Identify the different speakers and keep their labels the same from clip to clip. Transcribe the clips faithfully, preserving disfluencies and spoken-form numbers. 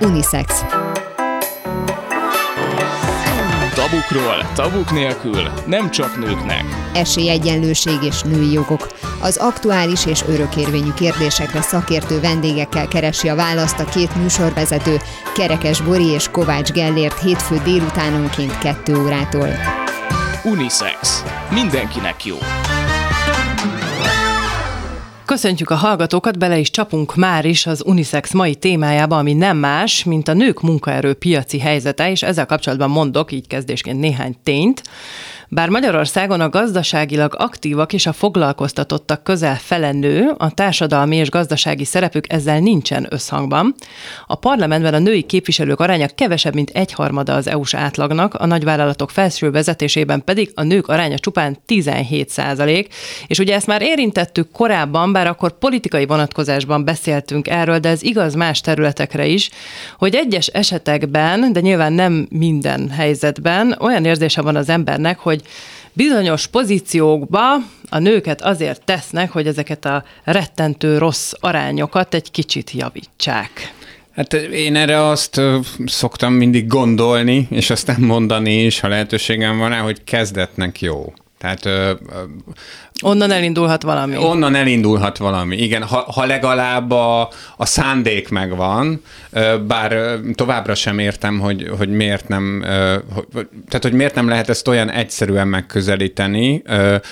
Speaker 1: Unisex.
Speaker 2: Tabukról, tabuk nélkül, nem csak nőknek.
Speaker 1: Esélyegyenlőség és női jogok. Az aktuális és örökérvényű kérdésekre szakértő vendégekkel keresi a választ a két műsorvezető, Kerekes Bori és Kovács Gellért hétfő délutánonként kettő órától.
Speaker 2: Unisex. Mindenkinek jó.
Speaker 3: Köszöntjük a hallgatókat, bele is csapunk már is az Unisex mai témájába, ami nem más, mint a nők munkaerőpiaci helyzete, és ezzel kapcsolatban mondok így kezdésként néhány tényt. Bár Magyarországon a gazdaságilag aktívak és a foglalkoztatottak közel fele nő, a társadalmi és gazdasági szerepük ezzel nincsen összhangban. A parlamentben a női képviselők aránya kevesebb, mint egyharmada az é u-s átlagnak, a nagyvállalatok felső vezetésében pedig a nők aránya csupán tizenhét százalék, és ugye ezt már érintettük korábban, bár akkor politikai vonatkozásban beszéltünk erről, de ez igaz más területekre is, hogy egyes esetekben, de nyilván nem minden helyzetben olyan érzése van az embernek, hogy bizonyos pozíciókba a nőket azért tesznek, hogy ezeket a rettentő rossz arányokat egy kicsit javítsák.
Speaker 4: Hát én erre azt szoktam mindig gondolni, és aztán mondani is, ha lehetőségem van rá, hogy kezdetnek jó. Tehát... Ö,
Speaker 3: onnan elindulhat valami.
Speaker 4: Onnan elindulhat valami, igen. Ha, ha legalább a, a szándék megvan, bár továbbra sem értem, hogy, hogy miért nem, tehát hogy miért nem lehet ezt olyan egyszerűen megközelíteni,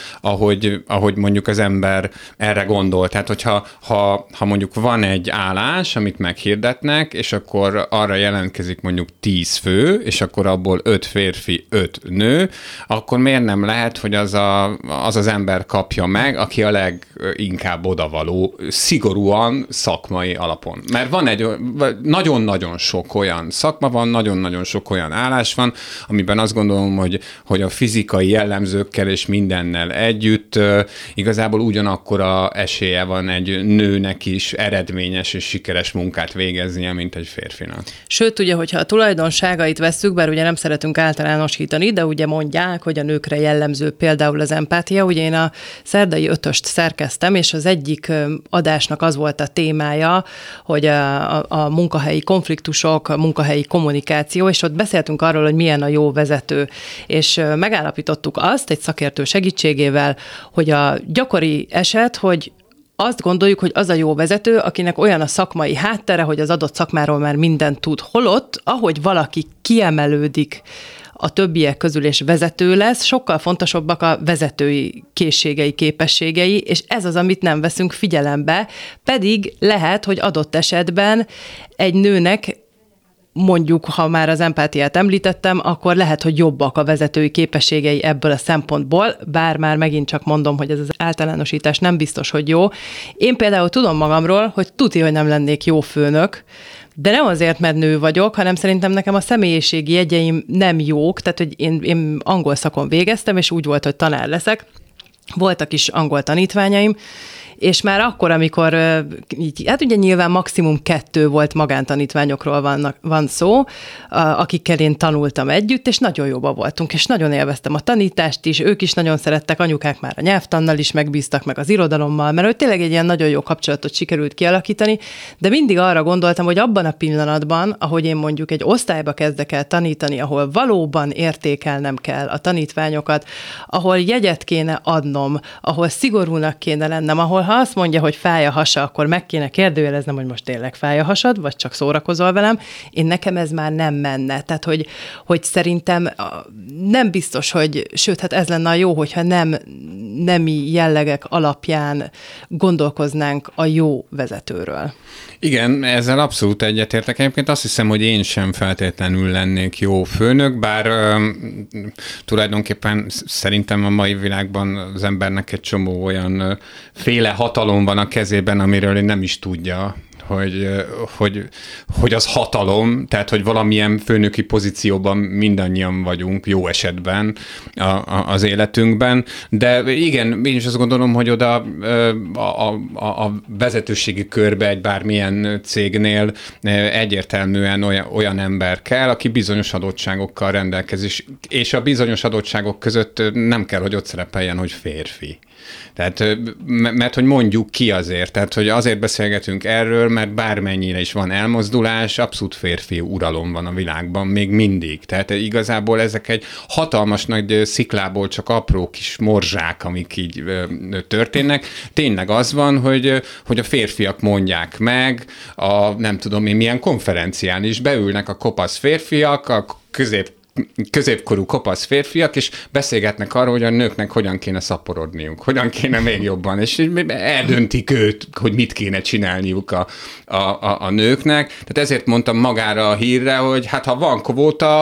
Speaker 4: ahogy, ahogy mondjuk az ember erre gondol. Tehát, hogyha ha, ha mondjuk van egy állás, amit meghirdetnek, és akkor arra jelentkezik mondjuk tíz fő, és akkor abból öt férfi, öt nő, akkor miért nem lehet, hogy az a, az, az ember kapja meg, aki a leginkább odavaló, szigorúan szakmai alapon. Mert van egy, nagyon-nagyon sok olyan szakma van, nagyon-nagyon sok olyan állás van, amiben azt gondolom, hogy, hogy a fizikai jellemzőkkel és mindennel együtt uh, igazából ugyanakkora esélye van egy nőnek is eredményes és sikeres munkát végeznie, mint egy férfinak.
Speaker 3: Sőt, ugye, hogyha a tulajdonságait vesszük, bár ugye nem szeretünk általánosítani, de ugye mondják, hogy a nőkre jellemző például az empátia. Ugye én a szerdai ötöst szerkeztem, és az egyik adásnak az volt a témája, hogy a, a, a munkahelyi konfliktusok, a munkahelyi kommunikáció, és ott beszéltünk arról, hogy milyen a jó vezető. És megállapítottuk azt egy szakértő segítségével, hogy a gyakori eset, hogy azt gondoljuk, hogy az a jó vezető, akinek olyan a szakmai háttere, hogy az adott szakmáról már mindent tud. Holott, ahogy valaki kiemelődik a többiek közül és vezető lesz, sokkal fontosabbak a vezetői készségei, képességei, és ez az, amit nem veszünk figyelembe, pedig lehet, hogy adott esetben egy nőnek, mondjuk, ha már az empátiát említettem, akkor lehet, hogy jobbak a vezetői képességei ebből a szempontból, bár már megint csak mondom, hogy ez az általánosítás nem biztos, hogy jó. Én például tudom magamról, hogy tuti, hogy nem lennék jó főnök, de nem azért, mert nő vagyok, hanem szerintem nekem a személyiségi jegyeim nem jók, tehát hogy én, én angol szakon végeztem, és úgy volt, hogy tanár leszek. Voltak is angol tanítványaim, és már akkor, amikor így, hát ugye nyilván maximum kettő volt magántanítványokról van, van szó, akikkel én tanultam együtt, és nagyon jóban voltunk, és nagyon élveztem a tanítást is, ők is nagyon szerettek, anyukák már a nyelvtannal is megbíztak, meg az irodalommal, mert ő tényleg egy ilyen nagyon jó kapcsolatot sikerült kialakítani, de mindig arra gondoltam, hogy abban a pillanatban, ahogy én mondjuk egy osztályba kezdek el tanítani, ahol valóban értékelnem kell a tanítványokat, ahol jegyet kéne adnom, ahol szigorúnak kéne lennem, ahol ha azt mondja, hogy fáj a hasa, akkor meg kéne kérdőjeleznem, hogy most tényleg fáj a hasad, vagy csak szórakozol velem. Én nekem ez már nem menne. Tehát, hogy, hogy szerintem nem biztos, hogy, sőt, hát ez lenne a jó, hogyha nem nemi jellegek alapján gondolkoznánk a jó vezetőről.
Speaker 4: Igen, ezzel abszolút egyetértek. Egyébként azt hiszem, hogy én sem feltétlenül lennék jó főnök, bár um, tulajdonképpen szerintem a mai világban az embernek egy csomó olyan féle hatalom van a kezében, amiről én nem is tudja, hogy, hogy, hogy az hatalom, tehát hogy valamilyen főnöki pozícióban mindannyian vagyunk, jó esetben a, a, az életünkben, de igen, én is azt gondolom, hogy oda a, a, a vezetőségi körbe egy bármilyen cégnél egyértelműen olyan, olyan ember kell, aki bizonyos adottságokkal rendelkezik, és a bizonyos adottságok között nem kell, hogy ott szerepeljen, hogy férfi. Tehát, mert hogy mondjuk ki azért, tehát hogy azért beszélgetünk erről, mert bármennyire is van elmozdulás, abszolút férfi uralom van a világban, még mindig. Tehát igazából ezek egy hatalmas nagy sziklából csak apró kis morzsák, amik így történnek. Tényleg az van, hogy, hogy a férfiak mondják meg, a nem tudom én milyen konferencián is beülnek a kopasz férfiak, a közép középkorú kopasz férfiak, és beszélgetnek arról, hogy a nőknek hogyan kéne szaporodniuk, hogyan kéne még jobban, és eldöntik őt, hogy mit kéne csinálniuk a, a, a, a nőknek. Tehát ezért mondtam magára a hírre, hogy hát ha van kvóta,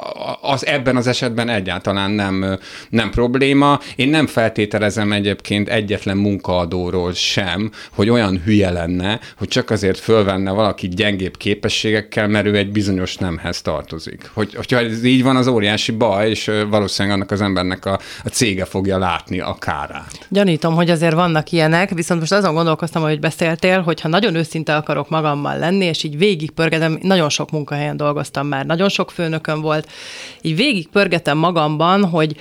Speaker 4: az ebben az esetben egyáltalán nem, nem probléma. Én nem feltételezem egyébként egyetlen munkaadóról sem, hogy olyan hülye lenne, hogy csak azért fölvenne valaki gyengébb képességekkel, mert ő egy bizonyos nemhez tartozik. Hogy, hogyha ez így van, az óriási baj, és valószínűleg annak az embernek a, a cége fogja látni a kárát.
Speaker 3: Gyanítom, hogy azért vannak ilyenek, viszont most azon gondolkoztam, hogy beszéltél, hogy ha nagyon őszinte akarok magammal lenni, és így végigpörgetem, nagyon sok munkahelyen dolgoztam már, nagyon sok főnököm volt, így végigpörgetem magamban, hogy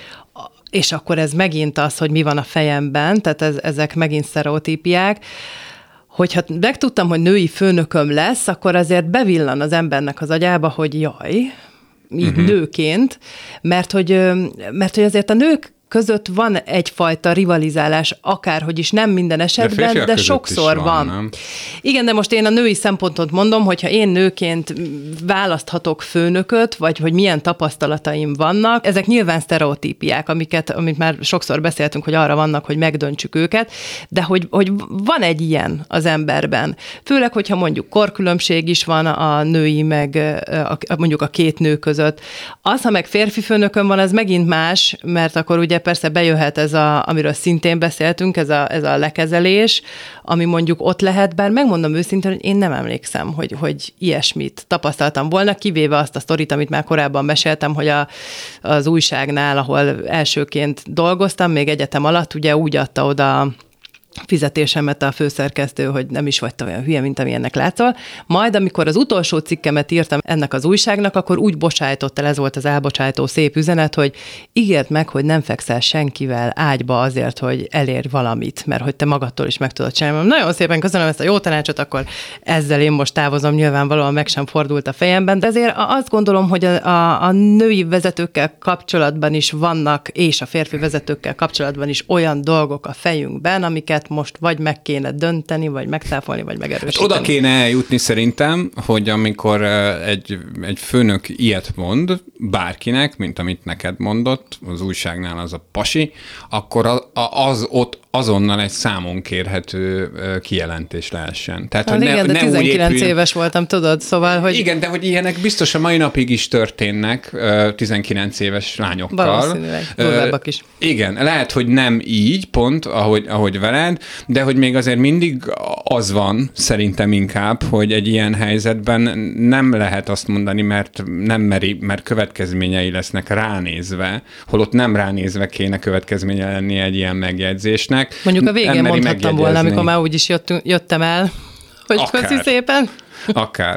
Speaker 3: és akkor ez megint az, hogy mi van a fejemben, tehát ez, ezek megint sztereotípiák, hogyha megtudtam, hogy női főnököm lesz, akkor azért bevillan az embernek az agyába, hogy jaj, így uh-huh. nőként, mert hogy, mert hogy azért a nők között van egyfajta rivalizálás, akárhogy is, nem minden esetben, de, de sokszor van. van. Nem? Igen, de most én a női szempontot mondom, hogyha én nőként választhatok főnököt, vagy hogy milyen tapasztalataim vannak, ezek nyilván sztereotípiák, amiket, amit már sokszor beszéltünk, hogy arra vannak, hogy megdöntsük őket, de hogy, hogy van egy ilyen az emberben. Főleg, hogyha mondjuk korkülönbség is van a női, meg a, mondjuk a két nő között. Az, ha meg férfi főnökön van, az megint más, mert akkor ugye persze bejöhet ez, a, amiről szintén beszéltünk, ez a, ez a lekezelés, ami mondjuk ott lehet, bár megmondom őszintén, hogy én nem emlékszem, hogy, hogy ilyesmit tapasztaltam volna, kivéve azt a sztorit, amit már korábban meséltem, hogy a, az újságnál, ahol elsőként dolgoztam, még egyetem alatt, ugye úgy adta oda fizetésemet a főszerkesztő, hogy nem is vagy te olyan hülye, mint amilyennek látszol. Majd, amikor az utolsó cikkemet írtam ennek az újságnak, akkor úgy bocsájtott el, ez volt az elbocsájtó szép üzenet, hogy ígérd meg, hogy nem fekszel senkivel ágyba azért, hogy elérj valamit, mert hogy te magadtól is meg tudod csinálni. Nagyon szépen köszönöm ezt a jó tanácsot, akkor ezzel én most távozom, nyilvánvalóan meg sem fordult a fejemben, de azért azt gondolom, hogy a, a, a női vezetőkkel kapcsolatban is vannak, és a férfi vezetőkkel kapcsolatban is olyan dolgok a fejünkben, amiket most vagy meg kéne dönteni, vagy megszáfolni, vagy megerősíteni.
Speaker 4: Hát oda kéne eljutni szerintem, hogy amikor egy, egy főnök ilyet mond bárkinek, mint amit neked mondott, az újságnál az a pasi, akkor az, az ott azonnal egy számon kérhető kijelentés lehessen. Tehát,
Speaker 3: hát
Speaker 4: hogy
Speaker 3: igen,
Speaker 4: ne,
Speaker 3: de
Speaker 4: ne
Speaker 3: tizenkilenc
Speaker 4: épül...
Speaker 3: éves voltam, tudod, szóval, hogy...
Speaker 4: Igen, de hogy ilyenek biztos a mai napig is történnek tizenkilenc éves lányokkal.
Speaker 3: Valószínűleg, durvábbak is.
Speaker 4: Igen, lehet, hogy nem így, pont, ahogy, ahogy veled, de hogy még azért mindig az van, szerintem inkább, hogy egy ilyen helyzetben nem lehet azt mondani, mert nem meri, mert következményei lesznek ránézve, holott nem ránézve kéne következménye lenni egy ilyen megjegyzésnek.
Speaker 3: Mondjuk a végén mondhattam volna, amikor már úgyis jöttünk, jöttem el, hogy köszi szépen.
Speaker 4: Akár.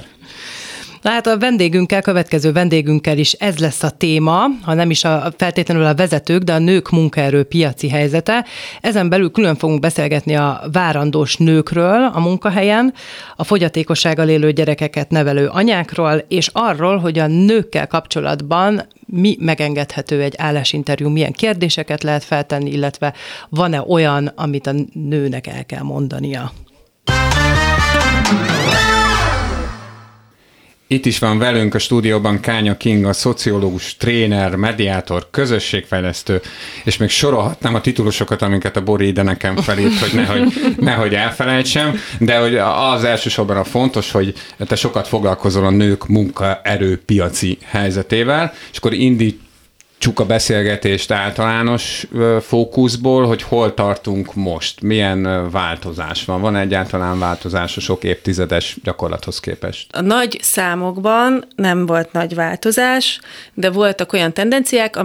Speaker 3: Na hát a vendégünkkel, következő vendégünkkel is ez lesz a téma, ha nem is a, feltétlenül a vezetők, de a nők munkaerő piaci helyzete. Ezen belül külön fogunk beszélgetni a várandós nőkről a munkahelyen, a fogyatékossággal élő gyerekeket nevelő anyákról, és arról, hogy a nőkkel kapcsolatban mi megengedhető egy állásinterjú, milyen kérdéseket lehet feltenni, illetve van-e olyan, amit a nőnek el kell mondania.
Speaker 4: Itt is van velünk a stúdióban Kánya Kinga, szociológus, tréner, mediátor, közösségfejlesztő, és még sorolhatnám a titulusokat, amiket a Bori ide nekem felírt, hogy nehogy, nehogy elfelejtsem, de hogy az elsősorban a fontos, hogy te sokat foglalkozol a nők munkaerőpiaci helyzetével, és akkor indít Csuk a beszélgetést általános fókuszból, hogy hol tartunk most, milyen változás van. Van egyáltalán változás a sok évtizedes gyakorlathoz képest?
Speaker 5: A nagy számokban nem volt nagy változás, de voltak olyan tendenciák, amik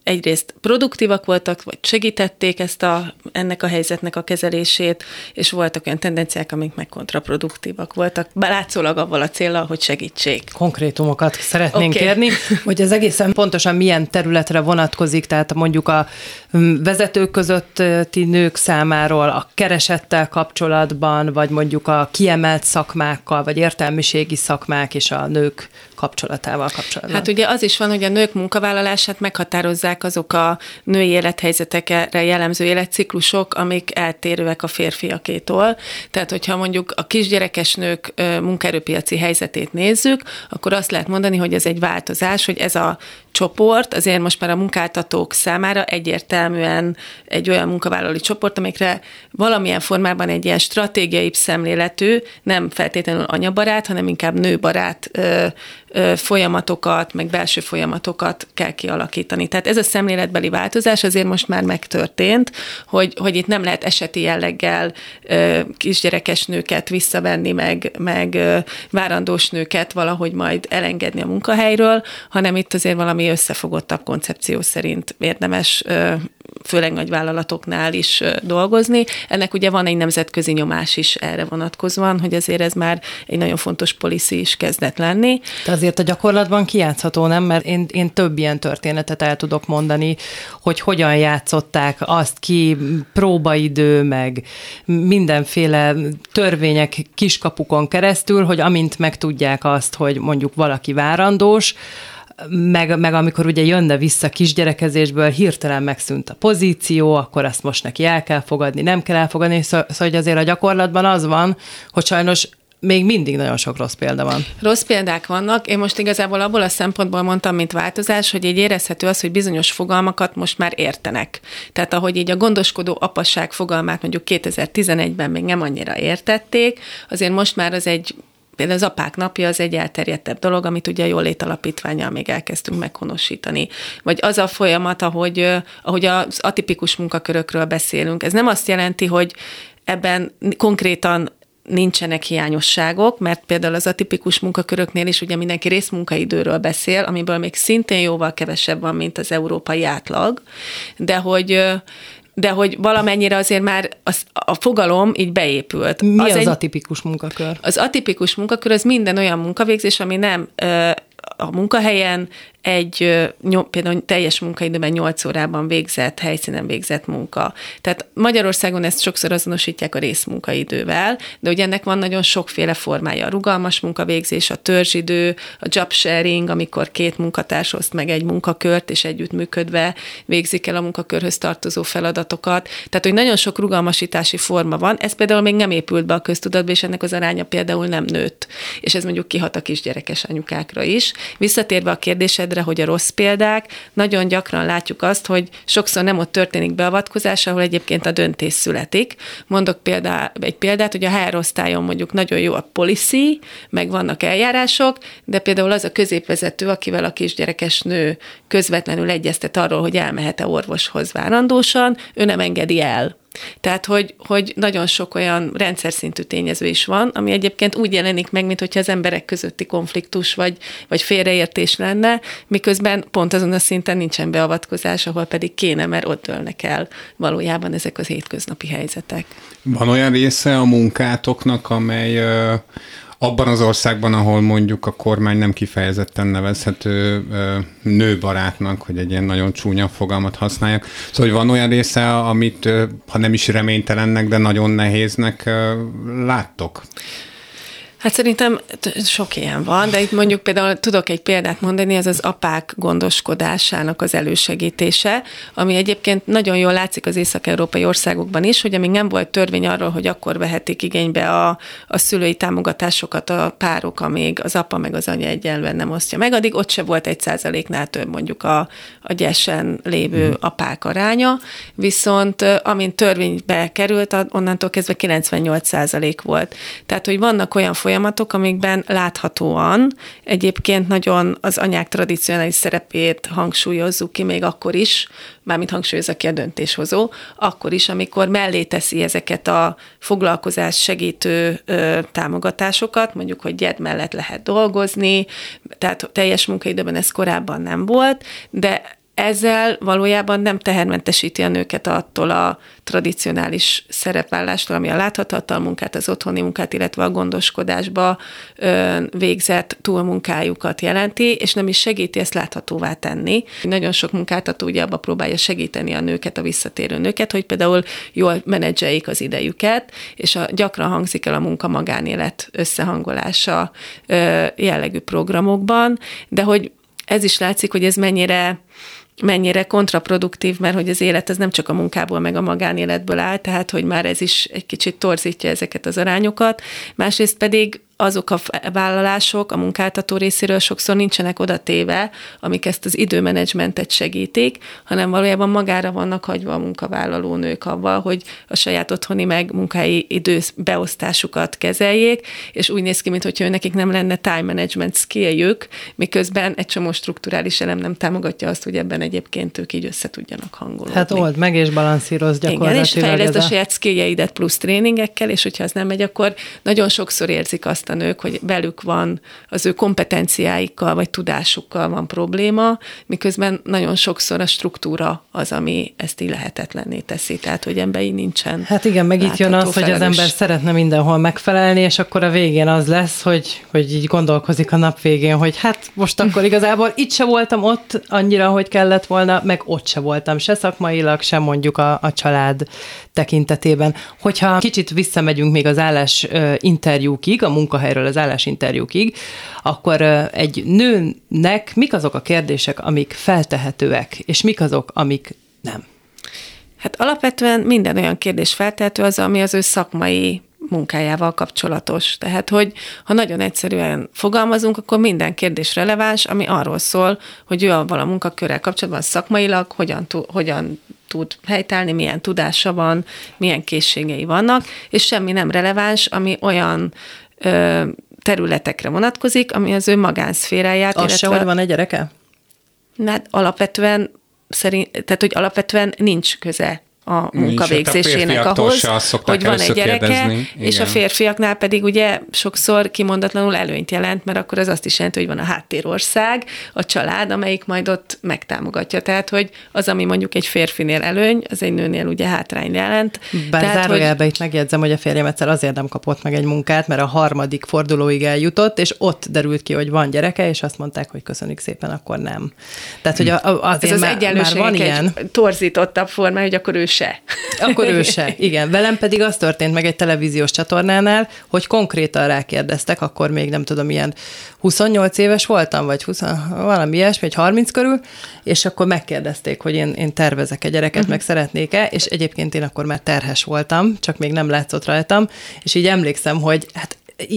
Speaker 5: egyrészt produktívak voltak, vagy segítették ezt a, ennek a helyzetnek a kezelését, és voltak olyan tendenciák, amik meg kontraproduktívak voltak, látszólag avval a céllal, hogy segítsék.
Speaker 3: Konkrétumokat szeretnénk
Speaker 5: okay.
Speaker 3: kérni, hogy ez egészen pontosan milyen területre vonatkozik, tehát mondjuk a vezetők közötti nők számáról, a keresettel kapcsolatban, vagy mondjuk a kiemelt szakmákkal, vagy értelmiségi szakmák és a nők kapcsolatával kapcsolatban.
Speaker 5: Hát ugye az is van, hogy a nők munkavállalását meghatározzák azok a női élethelyzetekre jellemző életciklusok, amik eltérőek a férfiakétól. Tehát, hogyha mondjuk a kisgyerekes nők munkaerőpiaci helyzetét nézzük, akkor azt lehet mondani, hogy ez egy változás, hogy ez a csoport azért most már a munkáltatók számára egyértelműen egy olyan munkavállalói csoport, amikre valamilyen formában egy ilyen stratégiai szemléletű, nem feltétlenül anyabarát, hanem inkább nőbarát ö, ö, folyamatokat, meg belső folyamatokat kell kialakítani. Tehát ez a szemléletbeli változás azért most már megtörtént, hogy, hogy itt nem lehet eseti jelleggel ö, kisgyerekes nőket visszavenni, meg, meg ö, várandós nőket valahogy majd elengedni a munkahelyről, hanem itt azért valami összefogottabb koncepció szerint érdemes főleg nagy vállalatoknál is dolgozni. Ennek ugye van egy nemzetközi nyomás is erre vonatkozóan, hogy azért ez már egy nagyon fontos policy is kezdett lenni.
Speaker 3: De azért a gyakorlatban kijátszható, nem? Mert én, én több ilyen történetet el tudok mondani, hogy hogyan játszották azt ki, próbaidő, meg mindenféle törvények kiskapukon keresztül, hogy amint megtudják azt, hogy mondjuk valaki várandós, Meg, meg amikor ugye jönne vissza kisgyerekezésből, hirtelen megszűnt a pozíció, akkor azt most neki el kell fogadni, nem kell elfogadni, szóval hogy azért a gyakorlatban az van, hogy sajnos még mindig nagyon sok rossz példa van.
Speaker 5: Rossz példák vannak. Én most igazából abból a szempontból mondtam, mint változás, hogy így érezhető az, hogy bizonyos fogalmakat most már értenek. Tehát ahogy így a gondoskodó apasság fogalmát mondjuk kétezer-tizenegyben még nem annyira értették, azért most már az egy például az apák napja az egy elterjedtebb dolog, amit ugye a Jólét Alapítvánnyal még elkezdtünk meghonosítani. Vagy az a folyamat, ahogy, ahogy az atipikus munkakörökről beszélünk. Ez nem azt jelenti, hogy ebben konkrétan nincsenek hiányosságok, mert például az atipikus munkaköröknél is ugye mindenki részmunkaidőről beszél, amiből még szintén jóval kevesebb van, mint az európai átlag, de hogy de hogy valamennyire azért már az, a fogalom így beépült.
Speaker 3: Mi az,
Speaker 5: az egy,
Speaker 3: atipikus munkakör?
Speaker 5: Az atipikus munkakör az minden olyan munkavégzés, ami nem ö, a munkahelyen egy például teljes munkaidőben nyolc órában végzett, helyszínen végzett munka. Tehát Magyarországon ezt sokszor azonosítják a részmunkaidővel, de ugye ennek van nagyon sokféle formája. A rugalmas munkavégzés, a törzsidő, a job sharing, amikor két munkatárs oszt meg egy munkakört, és együttműködve végzik el a munkakörhöz tartozó feladatokat. Tehát, hogy nagyon sok rugalmasítási forma van, ez például még nem épült be a köztudatba, és ennek az aránya például nem nőtt. És ez mondjuk kihat a kisgyerekes anyukákra is. Visszatérve a kérdésedre, hogy a rossz példák, nagyon gyakran látjuk azt, hogy sokszor nem ott történik beavatkozás, ahol egyébként a döntés születik. Mondok példá, egy példát, hogy a há er osztályon mondjuk nagyon jó a policy, meg vannak eljárások, de például az a középvezető, akivel a kisgyerekes nő közvetlenül egyeztet arról, hogy elmehet-e orvoshoz várandósan, ő nem engedi el. Tehát, hogy, hogy nagyon sok olyan rendszer szintű tényező is van, ami egyébként úgy jelenik meg, mint hogyha az emberek közötti konfliktus vagy, vagy félreértés lenne, miközben pont azon a szinten nincsen beavatkozás, ahol pedig kéne, mert ott dőlnek el valójában ezek az hétköznapi helyzetek.
Speaker 4: Van olyan része a munkátoknak, amely ö, abban az országban, ahol mondjuk a kormány nem kifejezetten nevezhető ö, nőbarátnak, hogy egy ilyen nagyon csúnya fogalmat használjak. Szóval, hogy van olyan része, amit, ö, ha nem is reménytelennek, de nagyon nehéznek ö, láttok?
Speaker 5: Hát szerintem sok ilyen van, de itt mondjuk például tudok egy példát mondani, ez az apák gondoskodásának az elősegítése, ami egyébként nagyon jól látszik az észak-európai országokban is, hogy amíg nem volt törvény arról, hogy akkor vehetik igénybe a, a szülői támogatásokat a párok, amíg az apa meg az anya egyenlően nem osztja meg, addig ott se volt egy százaléknál több mondjuk a, a gyesen lévő apák aránya, viszont amint törvénybe került, onnantól kezdve kilencvennyolc százalék volt. Tehát, hogy vannak olyan folyamatok, amikben láthatóan egyébként nagyon az anyák tradicionális szerepét hangsúlyozzuk ki, még akkor is, mármint hangsúlyozza ki a döntéshozó, akkor is, amikor mellé teszi ezeket a foglalkozás segítő ö, támogatásokat, mondjuk, hogy gyed mellett lehet dolgozni, tehát teljes munkaidőben ez korábban nem volt, de ezzel valójában nem tehermentesíti a nőket attól a tradicionális szerepvállástól, ami a láthatatlan munkát, az otthoni munkát, illetve a gondoskodásba ö, végzett túlmunkájukat jelenti, és nem is segíti ezt láthatóvá tenni. Nagyon sok munkáltató ugye abba próbálja segíteni a nőket, a visszatérő nőket, hogy például jól menedzseljék az idejüket, és a, gyakran hangzik el a munka-magánélet összehangolása ö, jellegű programokban, de hogy ez is látszik, hogy ez mennyire mennyire kontraproduktív, mert hogy az élet az nem csak a munkából meg a magánéletből áll, tehát hogy már ez is egy kicsit torzítja ezeket az arányokat. Másrészt pedig azok a vállalások a munkáltató részéről sokszor nincsenek oda téve, amik ezt az időmenedzsmentet segítik, hanem valójában magára vannak hagyva a munkavállaló nők avval, hogy a saját otthoni meg munkahelyi időbeosztásukat kezeljék, és úgy néz ki, mintha nekik nem lenne time management skilljük, miközben egy csomó strukturális elem nem támogatja azt, hogy ebben egyébként ők így össze tudjanak hangolódni.
Speaker 3: Hát old meg és balanszíroz gyakorlatilag.
Speaker 5: Igen, és fejleszd a saját skilljeidet plusz tréningekkel, és hogyha az nem megy, akkor nagyon sokszor érzik azt a nők, hogy velük van, az ő kompetenciáikkal vagy tudásukkal van probléma, miközben nagyon sokszor a struktúra az, ami ezt így lehetetlenné teszi, tehát hogy emberi nincsen.
Speaker 3: Hát igen, meg itt jön az, felelős. Hogy az ember szeretne mindenhol megfelelni, és akkor a végén az lesz, hogy, hogy így gondolkozik a nap végén, hogy hát most akkor igazából itt se voltam ott annyira, hogy kellett volna, meg ott se voltam, se szakmailag, sem mondjuk a, a család tekintetében. Hogyha kicsit visszamegyünk még az állás interjúkig, a munkahelyről az állásinterjúkig, akkor egy nőnek mik azok a kérdések, amik feltehetőek, és mik azok, amik nem?
Speaker 5: Hát alapvetően minden olyan kérdés feltehető az, ami az ő szakmai munkájával kapcsolatos. Tehát, hogy ha nagyon egyszerűen fogalmazunk, akkor minden kérdés releváns, ami arról szól, hogy ő avval a munkakörrel kapcsolatban szakmailag hogyan, hogyan tud helytállni, milyen tudása van, milyen készségei vannak, és semmi nem releváns, ami olyan ö, területekre vonatkozik, ami az ő magánszféráját.
Speaker 3: Az se, hogy van egy gyereke?
Speaker 5: Hát alapvetően szerint, tehát, hogy alapvetően nincs köze a munkavégzésének ahhoz, hogy van egy gyereke, és igen. A férfiaknál pedig ugye sokszor kimondatlanul előnyt jelent, mert akkor az azt is jelenti, hogy van a háttérország, a család, amelyik majd ott megtámogatja. Tehát, hogy az, ami mondjuk egy férfinél előny, az egy nőnél ugye hátrány jelent.
Speaker 3: Bár Tehát, zárójelben hogy... itt megjegyzem, hogy a férjem egyszer azért nem kapott meg egy munkát, mert a harmadik fordulóig eljutott, és ott derült ki, hogy van gyereke, és azt mondták, hogy köszönjük szépen, akkor nem. Tehát, hogy azért Ez az már, már van ilyen.
Speaker 5: Torzítottabb forma, hogy akkor ő se.
Speaker 3: Akkor ő se, igen. Velem pedig az történt meg egy televíziós csatornánál, hogy konkrétan rákérdeztek, akkor még nem tudom, ilyen huszonnyolc éves voltam, vagy húsz, valami ilyesmi, vagy harminc körül, és akkor megkérdezték, hogy én, én tervezek egy gyereket, uh-huh. meg szeretnék-e, és egyébként én akkor már terhes voltam, csak még nem látszott rajtam, és így emlékszem, hogy hát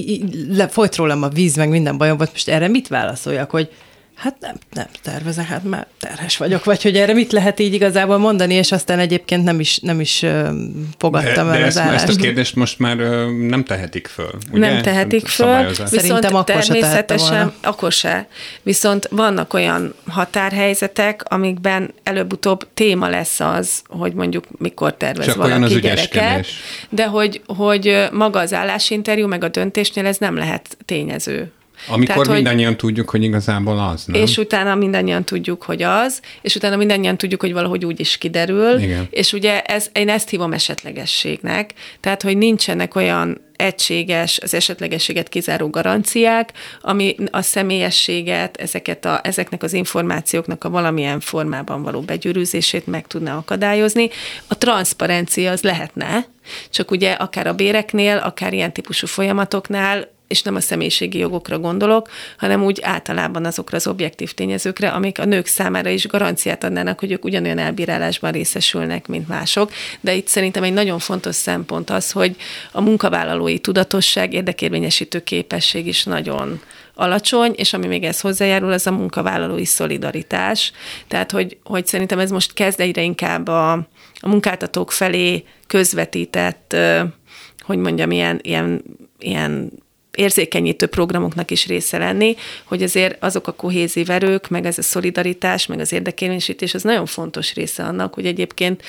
Speaker 3: le, folyt rólam a víz, meg minden bajom volt, most erre mit válaszoljak, hogy hát nem, nem tervezek, hát már terhes vagyok, vagy hogy erre mit lehet így igazából mondani, és aztán egyébként nem is, nem is uh, fogadtam
Speaker 4: de,
Speaker 3: el
Speaker 4: de
Speaker 3: az
Speaker 4: ezt,
Speaker 3: állást.
Speaker 4: ezt a kérdést most már uh, nem tehetik föl, ugye?
Speaker 5: Nem tehetik föl, viszont
Speaker 3: akkor
Speaker 5: természetesen akkor se. Viszont vannak olyan határhelyzetek, amikben előbb-utóbb téma lesz az, hogy mondjuk mikor tervez
Speaker 4: csak
Speaker 5: valaki gyereket, de hogy, hogy maga az állásinterjú, meg a döntésnél ez nem lehet tényező.
Speaker 4: Amikor Tehát, mindannyian
Speaker 5: hogy,
Speaker 4: tudjuk, hogy igazából az, nem?
Speaker 5: És utána mindannyian tudjuk, hogy az, és utána mindannyian tudjuk, hogy valahogy úgy is kiderül,
Speaker 4: igen. És
Speaker 5: ugye ez, én ezt hívom esetlegességnek, tehát, hogy nincsenek olyan egységes, az esetlegességet kizáró garanciák, ami a személyességet, ezeket a, ezeknek az információknak a valamilyen formában való begyűrűzését meg tudna akadályozni. A transzparencia az lehetne, csak ugye akár a béreknél, akár ilyen típusú folyamatoknál, és nem a személyiségi jogokra gondolok, hanem úgy általában azokra az objektív tényezőkre, amik a nők számára is garanciát adnának, hogy ők ugyanolyan elbírálásban részesülnek, mint mások. De itt szerintem egy nagyon fontos szempont az, hogy a munkavállalói tudatosság, érdekérvényesítő képesség is nagyon alacsony, és ami még ez hozzájárul, az a munkavállalói szolidaritás. Tehát, hogy, hogy szerintem ez most kezd egyre inkább a, a munkáltatók felé közvetített, hogy mondjam, ilyen, ilyen, ilyen érzékenyítő programoknak is része lenni, hogy azért azok a kohézív erők, meg ez a szolidaritás, meg az érdekérvényesítés, az nagyon fontos része annak, hogy egyébként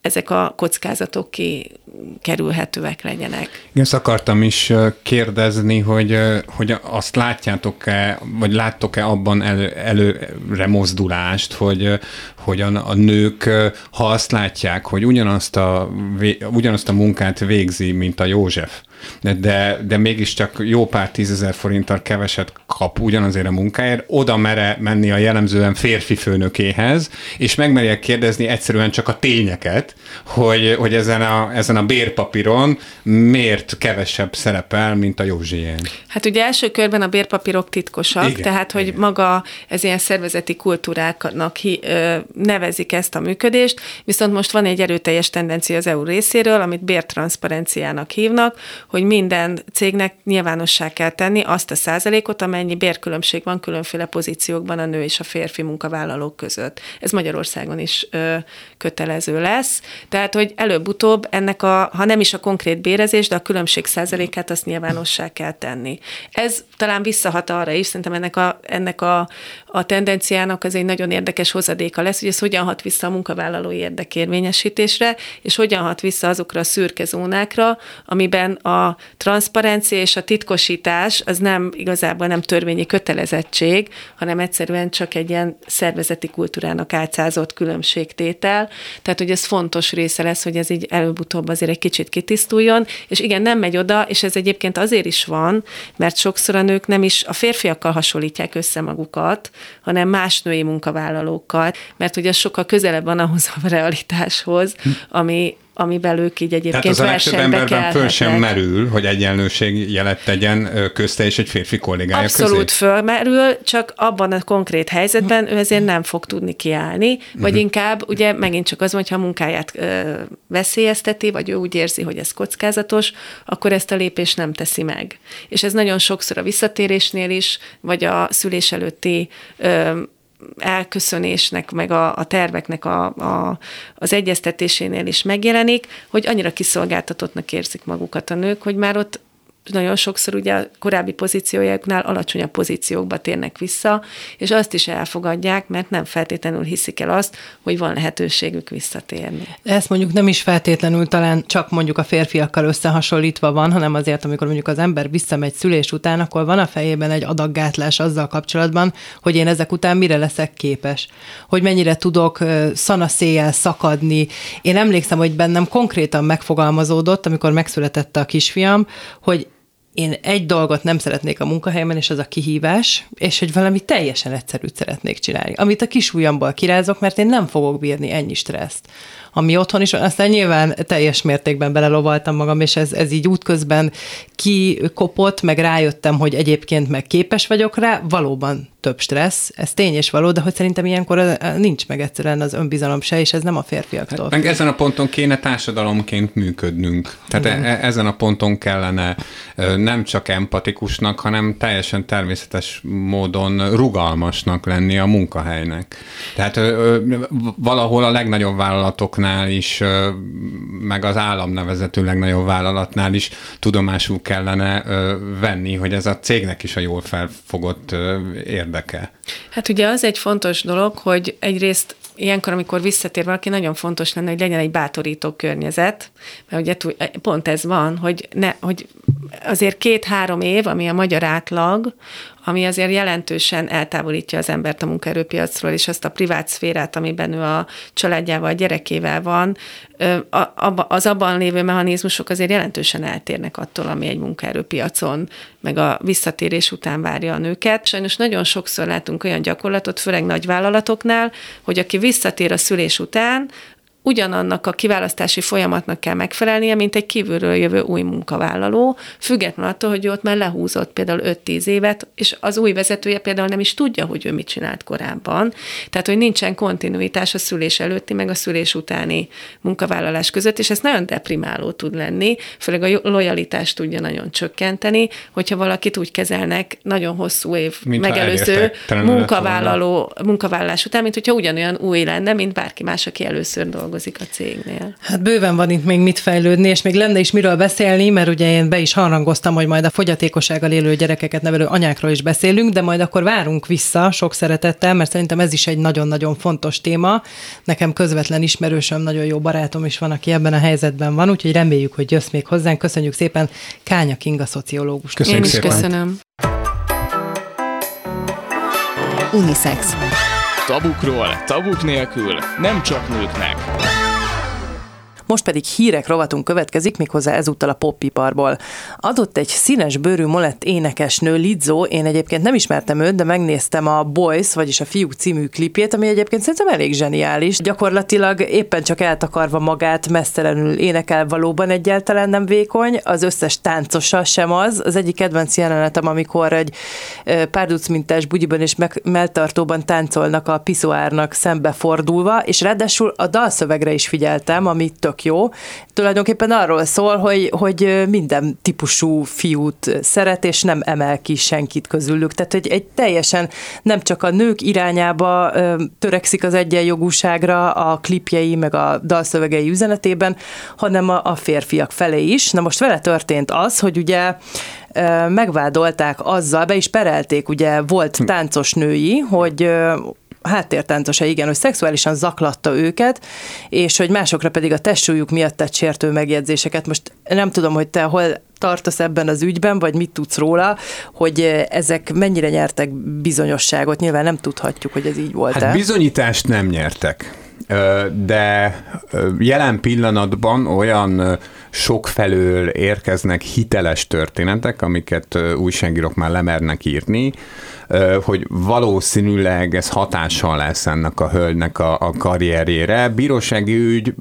Speaker 5: ezek a kockázatok kikerülhetőek legyenek.
Speaker 4: Igen, ezt akartam is kérdezni, hogy, hogy azt látjátok-e, vagy láttok-e abban elő, előre mozdulást, hogy, hogy a, a nők, ha azt látják, hogy ugyanazt a, ugyanazt a munkát végzi, mint a József, de, de mégiscsak jó pár tízezer forinttal keveset kap ugyanazért a munkáért, oda mere menni a jellemzően férfi főnökéhez, és megmerje kérdezni egyszerűen csak a tényeket, hogy, hogy ezen, a, ezen a bérpapíron miért kevesebb szerepel, mint a Józsién.
Speaker 5: Hát ugye első körben a bérpapírok titkosak, igen, tehát hogy igen. maga ez ilyen szervezeti kultúráknak hi, ö, nevezik ezt a működést, viszont most van egy erőteljes tendencia az é u részéről, amit bértranszparenciának hívnak, hogy minden cégnek nyilvánossá kell tenni azt a százalékot, amennyi bérkülönbség van különféle pozíciókban a nő és a férfi munkavállalók között. Ez Magyarországon is ö, kötelező lesz. Tehát, hogy előbb-utóbb ennek a, ha nem is a konkrét bérezés, de a különbség százalékát azt nyilvánossá kell tenni. Ez talán visszahat arra is, szerintem ennek a, ennek a, a tendenciának az egy nagyon érdekes hozadéka lesz, hogy ez hogyan hat vissza a munkavállalói érdekérvényesítésre, és hogyan hat vissza azokra a szürke zónákra, amiben a transzparencia és a titkosítás az nem igazából nem törvényi kötelezettség, hanem egyszerűen csak egy ilyen szervezeti kultúrának álcázott különbségtétel. Tehát, hogy ez fontos része lesz, hogy ez így előbb-utóbb azért egy kicsit kitisztuljon, és igen, nem megy oda, és ez egyébként azért is van, mert sokszor a nők nem is a férfiakkal hasonlítják össze magukat, hanem más női munkavállalókkal, mert ugye sokkal közelebb van ahhoz a realitáshoz, ami amiben ők így egyébként versenybe kelhetnek. Tehát az a legtöbb emberben föl sem merül,
Speaker 4: hogy egyenlőség jelet tegyen közte és egy férfi kollégája közé?
Speaker 5: Abszolút fölmerül, csak abban a konkrét helyzetben ő ezért nem fog tudni kiállni, vagy uh-huh. inkább ugye megint csak az, hogyha a munkáját ö, veszélyezteti, vagy ő úgy érzi, hogy ez kockázatos, akkor ezt a lépést nem teszi meg. És ez nagyon sokszor a visszatérésnél is, vagy a szülés előtti ö, elköszönésnek, meg a, a terveknek a, a, az egyeztetésénél is megjelenik, hogy annyira kiszolgáltatottnak érzik magukat a nők, hogy már ott nagyon sokszor ugye a korábbi pozíciójáknál alacsonyabb pozíciókba térnek vissza, és azt is elfogadják, mert nem feltétlenül hiszik el azt, hogy van lehetőségük visszatérni.
Speaker 3: Ezt mondjuk nem is feltétlenül talán csak mondjuk a férfiakkal összehasonlítva van, hanem azért, amikor mondjuk az ember visszamegy szülés után, akkor van a fejében egy adaggátlás azzal kapcsolatban, hogy én ezek után mire leszek képes, hogy mennyire tudok szanaszéjjel szakadni. Én emlékszem, hogy bennem konkrétan megfogalmazódott, amikor megszületett a kisfiam, hogy én egy dolgot nem szeretnék a munkahelyemen, és az a kihívás, és hogy valami teljesen egyszerűt szeretnék csinálni, amit a kis ujjamból kirázok, mert én nem fogok bírni ennyi stresszt, ami otthon is van. Aztán nyilván teljes mértékben belelovaltam magam, és ez, ez így útközben kikopott, meg rájöttem, hogy egyébként meg képes vagyok rá, valóban több stressz, ez tény és való, de hogy szerintem ilyenkor nincs meg egyszerűen az önbizalom se, és ez nem a férfiaktól.
Speaker 4: Meg ezen a ponton kéne társadalomként működnünk. Tehát e- ezen a ponton kellene nem csak empatikusnak, hanem teljesen természetes módon rugalmasnak lenni a munkahelynek. Tehát valahol a legnagyobb vállalatoknál is, meg az államnevezetű legnagyobb vállalatnál is tudomásul kellene venni, hogy ez a cégnek is a jól felfogott érdeke.
Speaker 5: Hát ugye az egy fontos dolog, hogy egyrészt ilyenkor, amikor visszatér valaki, nagyon fontos lenne, hogy legyen egy bátorító környezet, mert ugye pont ez van, hogy, ne, hogy azért két-három év, ami a magyar átlag, ami azért jelentősen eltávolítja az embert a munkaerőpiacról, és azt a privát szférát, amiben ő a családjával, a gyerekével van, az abban lévő mechanizmusok azért jelentősen eltérnek attól, ami egy munkaerőpiacon, meg a visszatérés után várja a nőket. Sajnos nagyon sokszor látunk olyan gyakorlatot, főleg nagy vállalatoknál, hogy aki visszatér a szülés után, ugyanannak a kiválasztási folyamatnak kell megfelelnie, mint egy kívülről jövő új munkavállaló, függetlenül attól, hogy ott már lehúzott például öt-tíz évet, és az új vezetője például nem is tudja, hogy ő mit csinált korábban. Tehát, hogy nincsen kontinuitás a szülés előtti, meg a szülés utáni munkavállalás között, és ez nagyon deprimáló tud lenni, főleg a lojalitást tudja nagyon csökkenteni, hogyha valakit úgy kezelnek nagyon hosszú év mint megelőző munkavállaló, munkavállalás után, mint hogyha ugyanolyan új lenne, mint bárki más, aki először dolgozik dolgozik a cégnél.
Speaker 3: Hát bőven van itt még mit fejlődni, és még lenne is miről beszélni, mert ugye én be is harangoztam, hogy majd a fogyatékossággal élő gyerekeket nevelő anyákról is beszélünk, de majd akkor várunk vissza sok szeretettel, mert szerintem ez is egy nagyon-nagyon fontos téma. Nekem közvetlen ismerősöm, nagyon jó barátom is van, aki ebben a helyzetben van, úgyhogy reméljük, hogy jössz még hozzánk. Köszönjük szépen Kánya Kinga szociológus.
Speaker 5: Köszönjük
Speaker 3: Én
Speaker 5: is szépen. Köszönöm.
Speaker 1: Unisex.
Speaker 2: Tabukról, tabuk nélkül, nem csak nőknek.
Speaker 3: Most pedig hírek rovatunk következik, méghozzá ezúttal a popiparból. Adott egy színes bőrű molett énekesnő, Lizzo, én egyébként nem ismertem őt, de megnéztem a Boys, vagyis a Fiúk című klipjét, ami egyébként szerintem elég zseniális. Gyakorlatilag éppen csak eltakarva magát, mesztelenül énekel, valóban egyáltalán nem vékony, az összes táncosa sem az. Az egyik kedvenc jelenetem, amikor egy párducmintás bugyiban és melltartóban táncolnak a piszoárnak szembefordulva, és ráadásul a dalszövegre is figyeltem, ami tök jó. Tulajdonképpen arról szól, hogy, hogy minden típusú fiút szeret, és nem emel ki senkit közülük. Tehát, hogy egy teljesen nem csak a nők irányába ö, törekszik az egyenjogúságra a klipjei, meg a dalszövegei üzenetében, hanem a, a férfiak felé is. Na most vele történt az, hogy ugye ö, megvádolták azzal, be is perelték, ugye volt táncos női, hogy ö, háttértáncosa, igen, hogy szexuálisan zaklatta őket, és hogy másokra pedig a testsúlyuk miatt tett sértő megjegyzéseket. Most nem tudom, hogy te hol tartasz ebben az ügyben, vagy mit tudsz róla, hogy ezek mennyire nyertek bizonyosságot. Nyilván nem tudhatjuk, hogy ez így volt-e.
Speaker 4: Hát bizonyítást nem nyertek, de jelen pillanatban olyan sokfelől érkeznek hiteles történetek, amiket újságírók már lemernek írni, hogy valószínűleg ez hatással lesz ennek a hölgynek a, a karrierjére. Bírósági ügy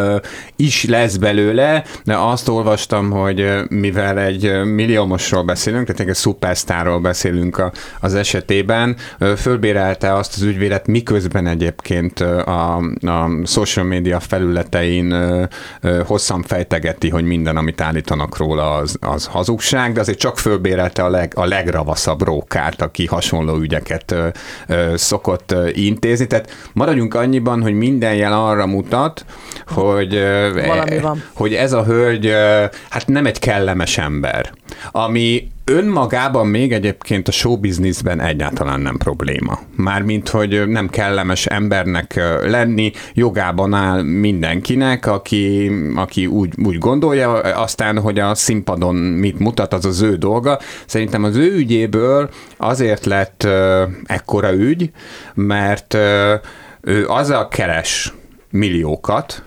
Speaker 4: is lesz belőle, de azt olvastam, hogy mivel egy milliómosról beszélünk, tehát egy szupersztárról beszélünk a, az esetében, fölbérelte azt az ügyvédet, miközben egyébként a, a social media felületein hosszan fejtegeti, hogy minden, amit állítanak róla, az, az hazugság, de azért csak fölbérelte a, leg, a legravaszabb rókárt, aki hasonló ügyeket ö, ö, szokott ö, intézni. Tehát maradjunk annyiban, hogy minden jel arra mutat, hogy, ö, e, hogy ez a hölgy ö, hát nem egy kellemes ember. Ami önmagában még egyébként a showbizniszben egyáltalán nem probléma. Mármint, hogy nem kellemes embernek lenni, jogában áll mindenkinek, aki, aki úgy, úgy gondolja, aztán, hogy a színpadon mit mutat, az az ő dolga. Szerintem az ő ügyéből azért lett uh, ekkora ügy, mert uh, ő azzal keres milliókat,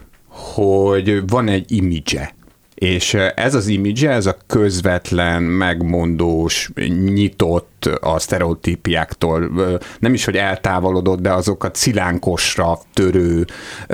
Speaker 4: hogy van egy imidzse. És ez az imidzse, ez a közvetlen, megmondós, nyitott, a sztereotípiáktól nem is, hogy eltávolodott, de azokat szilánkosra törő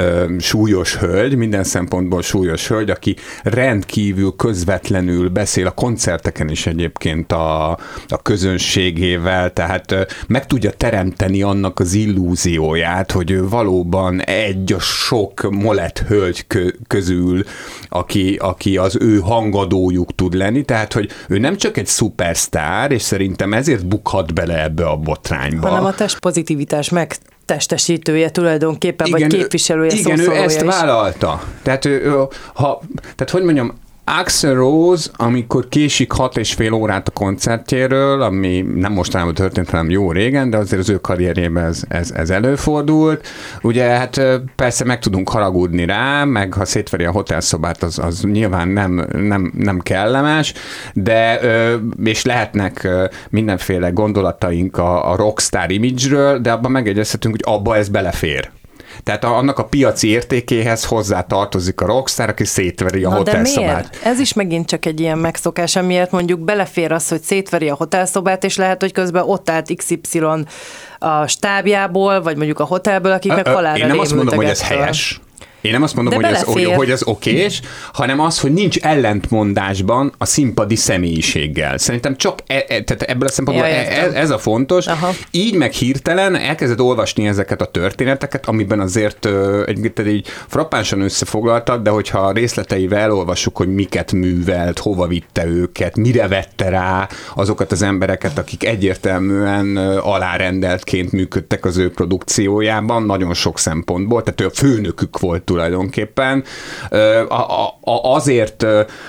Speaker 4: súlyos hölgy, minden szempontból súlyos hölgy, aki rendkívül közvetlenül beszél a koncerteken is egyébként a, a közönségével, tehát meg tudja teremteni annak az illúzióját, hogy ő valóban egy a sok molett hölgy közül, aki, aki az ő hangadójuk tud lenni, tehát, hogy ő nem csak egy szupersztár, és szerintem ezért bukhat bele ebbe a botrányba.
Speaker 3: Hanem a testpozitivitás megtestesítője tulajdonképpen, igen, vagy képviselője,
Speaker 4: igen, ő ezt
Speaker 3: is.
Speaker 4: vállalta. Tehát, ő, ő, ha, tehát hogy mondjam, Axl Rose, amikor késik hat és fél órát a koncertjéről, ami nem mostanában történt, hanem jó régen, de azért az ő karrierjében ez, ez, ez előfordult. Ugye hát persze meg tudunk haragudni rá, meg ha szétveri a hotelszobát, az, az nyilván nem, nem, nem kellemes, de és lehetnek mindenféle gondolataink a, a rockstar image-ről, de abban megegyezhetünk, hogy abba ez belefér. Tehát annak a piaci értékéhez hozzá tartozik a rockstar, aki szétveri a
Speaker 3: Na,
Speaker 4: hotelszobát.
Speaker 3: De miért? Ez is megint csak egy ilyen megszokás, amiért mondjuk belefér az, hogy szétveri a hotelszobát, és lehet, hogy közben ott állt iksz ipszilon a stábjából, vagy mondjuk a hotelből, akik meg halálra
Speaker 4: Én nem azt mondom, hogy ez
Speaker 3: ettől.
Speaker 4: helyes. Én nem azt mondom, hogy ez, hogy ez okés, hanem az, hogy nincs ellentmondásban a színpadi személyiséggel. Szerintem csak e, e, tehát ebből a szempontból ja, ez, ez a fontos. Aha. Így meg hirtelen elkezded olvasni ezeket a történeteket, amiben azért egy, így frappánsan összefoglaltak, de hogyha a részleteivel elolvassuk, hogy miket művelt, hova vitte őket, mire vette rá azokat az embereket, akik egyértelműen alárendeltként működtek az ő produkciójában, nagyon sok szempontból, tehát ő a főnökük volt tulajdonképpen. Azért,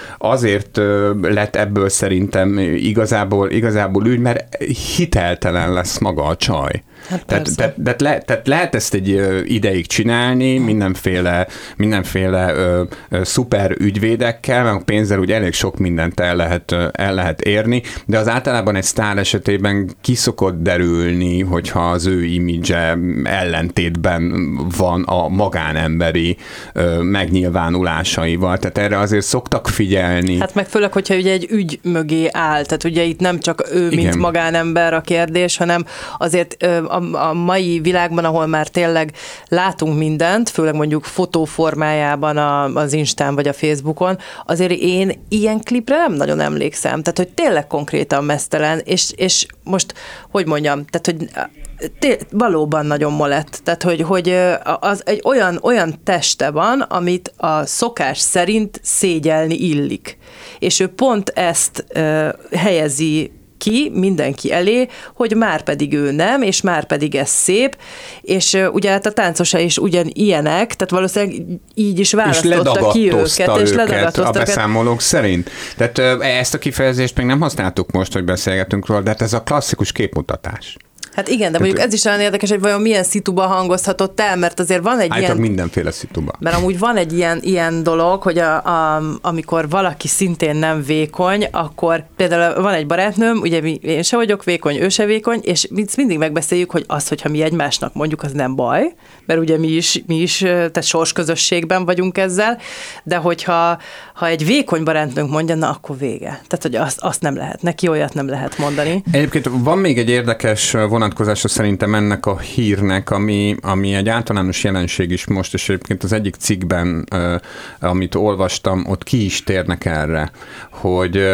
Speaker 4: azért lett ebből szerintem igazából, igazából ügy, mert hiteltelen lesz maga a csaj. Hát tehát, tehát, tehát, le, tehát lehet ezt egy ideig csinálni, mindenféle, mindenféle ö, ö, szuper ügyvédekkel, meg pénzzel úgy elég sok mindent el lehet, el lehet érni, de az általában egy sztár esetében ki szokott derülni, hogyha az ő imidzse ellentétben van a magánemberi ö, megnyilvánulásaival. Tehát erre azért szoktak figyelni.
Speaker 3: Hát meg főleg, hogyha ugye egy ügy mögé áll, tehát ugye itt nem csak ő, mint Igen. magánember a kérdés, hanem azért ö, A, a mai világban, ahol már tényleg látunk mindent, főleg mondjuk fotóformájában a, az Instán vagy a Facebookon, azért én ilyen klipre nem nagyon emlékszem. Tehát, hogy tényleg konkrétan meztelen, és, és most, hogy mondjam, tehát, hogy té- valóban nagyon molett. Tehát, hogy, hogy az egy olyan, olyan teste van, amit a szokás szerint szégyelni illik. És ő pont ezt uh, helyezi ki mindenki elé, hogy már pedig ő nem, és már pedig ez szép, és uh, ugye hát a táncosa is ugyan ilyenek, tehát valószínűleg így is választotta ki őket, és ledagatózta
Speaker 4: a beszámolók szerint. Tehát uh, ezt a kifejezést még nem használtuk most, hogy beszélgetünk róla, de hát ez a klasszikus képmutatás.
Speaker 3: Hát igen, de mondjuk ez is olyan érdekes, hogy vajon milyen szituba hangozhatott el, mert azért van egy
Speaker 4: Állítok
Speaker 3: ilyen...
Speaker 4: mindenféle szituba.
Speaker 3: Mert amúgy van egy ilyen, ilyen dolog, hogy a, a, amikor valaki szintén nem vékony, akkor például van egy barátnőm, ugye mi, én se vagyok vékony, ő se vékony, és mindig megbeszéljük, hogy az, hogyha mi egymásnak mondjuk, az nem baj, mert ugye mi is, mi is tehát sorsközösségben vagyunk ezzel, de hogyha ha egy vékony barátnőnk mondja, na akkor vége. Tehát, hogy azt, azt nem lehet, neki olyat nem lehet mondani.
Speaker 4: Egyébként van még egy érdekes vonatkozása szerintem ennek a hírnek, ami, ami egy általános jelenség is most, és egyébként az egyik cikkben, amit olvastam, ott ki is térnek erre, hogy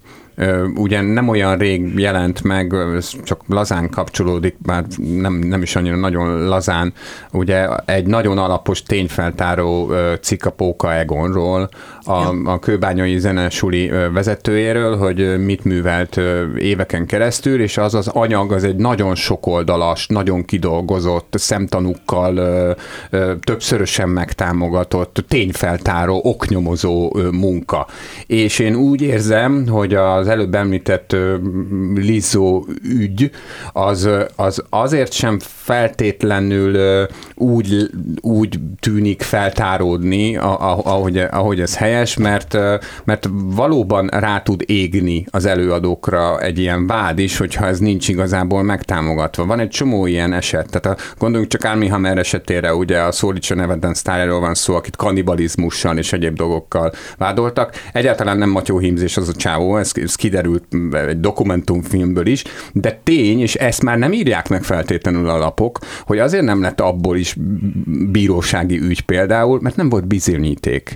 Speaker 4: ugye nem olyan rég jelent meg, ez csak lazán kapcsolódik, bár nem, nem is annyira nagyon lazán, ugye egy nagyon alapos tényfeltáró cikk a Póka Egonról, a, a kőbányai zenesuli vezetőjéről, hogy mit művelt éveken keresztül, és az az anyag az egy nagyon sokoldalas, nagyon kidolgozott, szemtanúkkal többszörösen megtámogatott, tényfeltáró, oknyomozó munka. És én úgy érzem, hogy a az előbb említett Lizzo ügy, az, az azért sem feltétlenül úgy, úgy tűnik feltáródni, ahogy, ahogy ez helyes, mert, mert valóban rá tud égni az előadókra egy ilyen vád is, hogyha ez nincs igazából megtámogatva. Van egy csomó ilyen eset, tehát a, gondoljunk csak Armie Hammer esetére, ugye a Szólítson Neveden sztárjáról van szó, akit kannibalizmussal és egyéb dolgokkal vádoltak. Egyáltalán nem matyóhímzés az a csávó, ez, ez kiderült egy dokumentumfilmből is, de tény, és ezt már nem írják meg feltétlenül a lapok, hogy azért nem lett abból is bírósági ügy például, mert nem volt bizonyíték.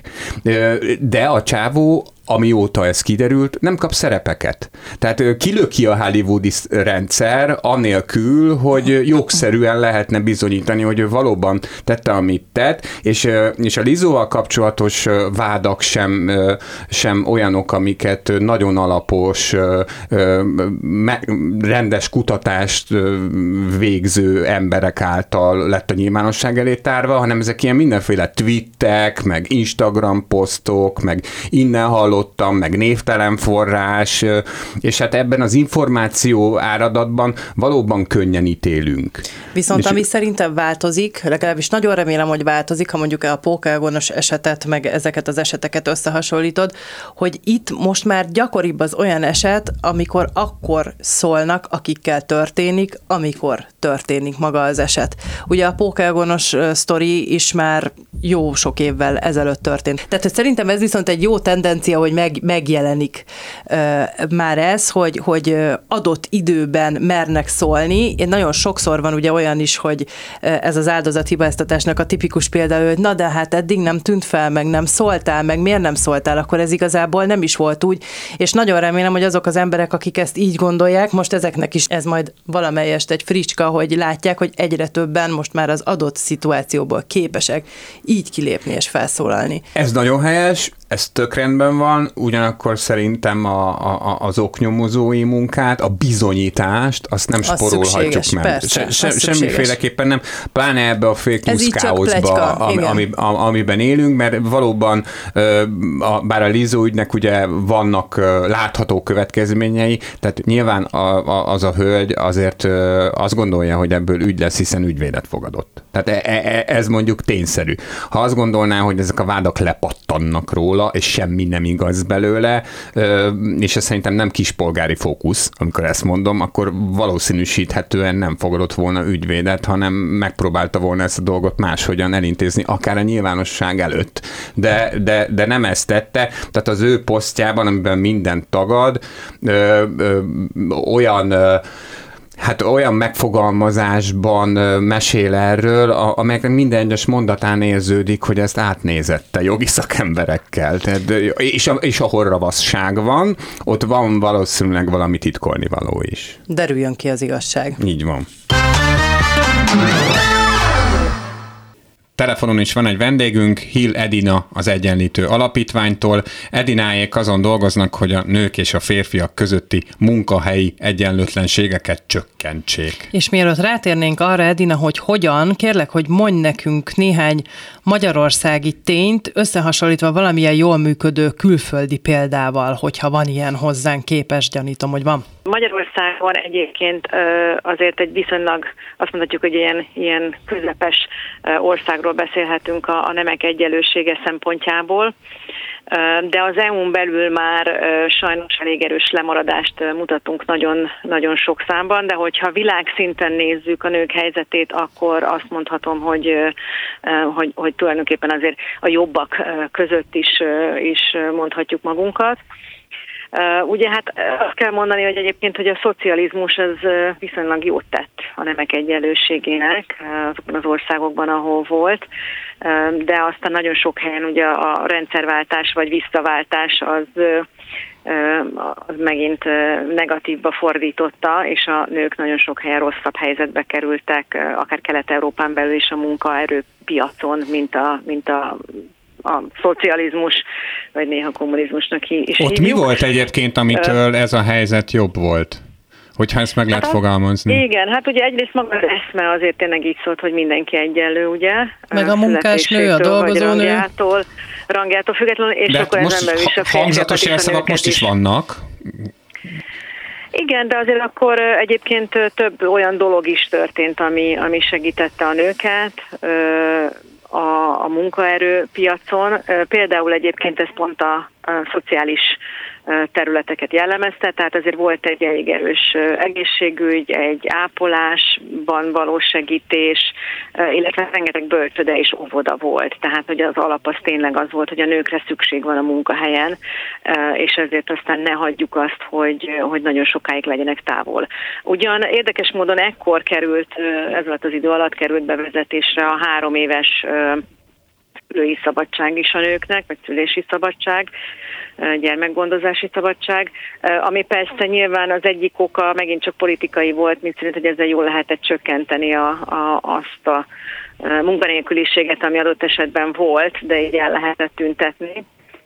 Speaker 4: De a csávó, amióta ez kiderült, nem kap szerepeket. Tehát kilöki a hollywoodi rendszer anélkül, hogy jogszerűen lehetne bizonyítani, hogy ő valóban tette, amit tett, és, és a Lizóval kapcsolatos vádak sem, sem olyanok, amiket nagyon alapos, rendes kutatást végző emberek által lett a nyilvánosság elé tárva, hanem ezek ilyen mindenféle tweetek, meg Instagram posztok, meg innen hallott meg névtelen forrás, és hát ebben az információ áradatban valóban könnyen ítélünk.
Speaker 3: Viszont
Speaker 4: és
Speaker 3: ami szerintem változik, legalábbis nagyon remélem, hogy változik, ha mondjuk a Póka Egonos esetet, meg ezeket az eseteket összehasonlítod, hogy itt most már gyakoribb az olyan eset, amikor akkor szólnak, akikkel történik, amikor történik maga az eset. Ugye a Póka Egonos sztori is már jó sok évvel ezelőtt történt. Tehát hogy szerintem ez viszont egy jó tendencia, hogy meg, megjelenik uh, már ez, hogy, hogy adott időben mernek szólni. Én nagyon sokszor van ugye olyan is, hogy ez az áldozathibáztatásnak a tipikus példa, hogy na de hát eddig nem tűnt fel, meg nem szóltál, meg miért nem szóltál, akkor ez igazából nem is volt úgy, és nagyon remélem, hogy azok az emberek, akik ezt így gondolják, most ezeknek is ez majd valamelyest egy fricska, hogy látják, hogy egyre többen most már az adott szituációból képesek így kilépni és felszólalni.
Speaker 4: Ez nagyon helyes, ez tök rendben van, ugyanakkor szerintem a, a, az oknyomozói munkát, a bizonyítást, azt nem sporolhatjuk meg.
Speaker 3: Persze,
Speaker 4: se, se, semmiféleképpen nem, pláne ebbe a fake news káoszba, ami, ami, amiben élünk, mert valóban a, bár a Lizzo ügynek ugye vannak látható következményei, tehát nyilván a, a, az a hölgy azért azt gondolja, hogy ebből ügy lesz, hiszen ügyvédet fogadott. Tehát ez mondjuk tényszerű. Ha azt gondolná, hogy ezek a vádak lepattannak róla, és semmi nem igaz belőle, és ez szerintem nem kispolgári fókusz, amikor ezt mondom, akkor valószínűsíthetően nem fogadott volna ügyvédet, hanem megpróbálta volna ezt a dolgot máshogyan elintézni, akár a nyilvánosság előtt. De, de, de nem ezt tette, tehát az ő posztjában, amiben mindent tagad, ö, ö, olyan ö, hát olyan megfogalmazásban mesél erről, amelyek minden egyes mondatán érződik, hogy ezt átnézette jogi szakemberekkel. Tehát, és, és ahol ravaszság van, ott van valószínűleg valami titkolni való is.
Speaker 3: Derüljön ki az igazság.
Speaker 4: Így van. Telefonon is van egy vendégünk, Hill Edina az Egyenlítő Alapítványtól. Edináék azon dolgoznak, hogy a nők és a férfiak közötti munkahelyi egyenlőtlenségeket csökkentsék.
Speaker 3: És mielőtt rátérnénk arra, Edina, hogy hogyan, kérlek, hogy mondj nekünk néhány magyarországi tényt, összehasonlítva valamilyen jól működő külföldi példával, hogyha van ilyen hozzánk képes, gyanítom, hogy van.
Speaker 6: Magyarországon egyébként azért egy viszonylag, azt mondhatjuk, hogy ilyen, ilyen közepes országról beszélhetünk a, a nemek egyenlősége szempontjából, de az é u-n belül már sajnos elég erős lemaradást mutatunk nagyon, nagyon sok számban, de hogyha világszinten nézzük a nők helyzetét, akkor azt mondhatom, hogy, hogy, hogy tulajdonképpen azért a jobbak között is, is mondhatjuk magunkat. Uh, ugye hát azt kell mondani, hogy egyébként, hogy a szocializmus az uh, viszonylag jót tett a nemek egyenlőségének uh, azokban az országokban, ahol volt, uh, de aztán nagyon sok helyen ugye a rendszerváltás vagy visszaváltás az, uh, az megint uh, negatívba fordította, és a nők nagyon sok helyen rosszabb helyzetbe kerültek, uh, akár Kelet-Európán belül is a munkaerőpiacon, mint a, mint a a szocializmus, vagy néha kommunizmusnak is
Speaker 4: Ott hívjuk. Mi volt egyébként, amitől ez a helyzet jobb volt? Hogyha ezt meg lehet hát, fogalmazni.
Speaker 6: Igen, hát ugye egyrészt maga az eszme azért tényleg így szólt, hogy mindenki egyenlő, ugye?
Speaker 3: Meg a munkásnő, a dolgozónő.
Speaker 6: Rangjától, rangjától függetlenül, és
Speaker 4: de
Speaker 6: akkor ezen belül is a
Speaker 4: hangzatos jelszavak most is, is vannak.
Speaker 6: Igen, de azért akkor egyébként több olyan dolog is történt, ami, ami segítette a nőket a, a munkaerőpiacon. Például egyébként ez pont a, a szociális területeket jellemezte, tehát azért volt egy elég erős egészségügy, egy ápolásban való segítés, illetve rengeteg bölcsöde és óvoda volt. Tehát, hogy az alap az tényleg az volt, hogy a nőkre szükség van a munkahelyen, és ezért aztán ne hagyjuk azt, hogy, hogy nagyon sokáig legyenek távol. Ugyan érdekes módon ekkor került, ez alatt az idő alatt került bevezetésre a három éves szülői szabadság is a nőknek, vagy szülési szabadság, gyermekgondozási szabadság, ami persze nyilván az egyik oka megint csak politikai volt, mint szerint, hogy ezzel jól lehetett csökkenteni a, a, azt a munkanélküliséget, ami adott esetben volt, de így el lehetett tüntetni.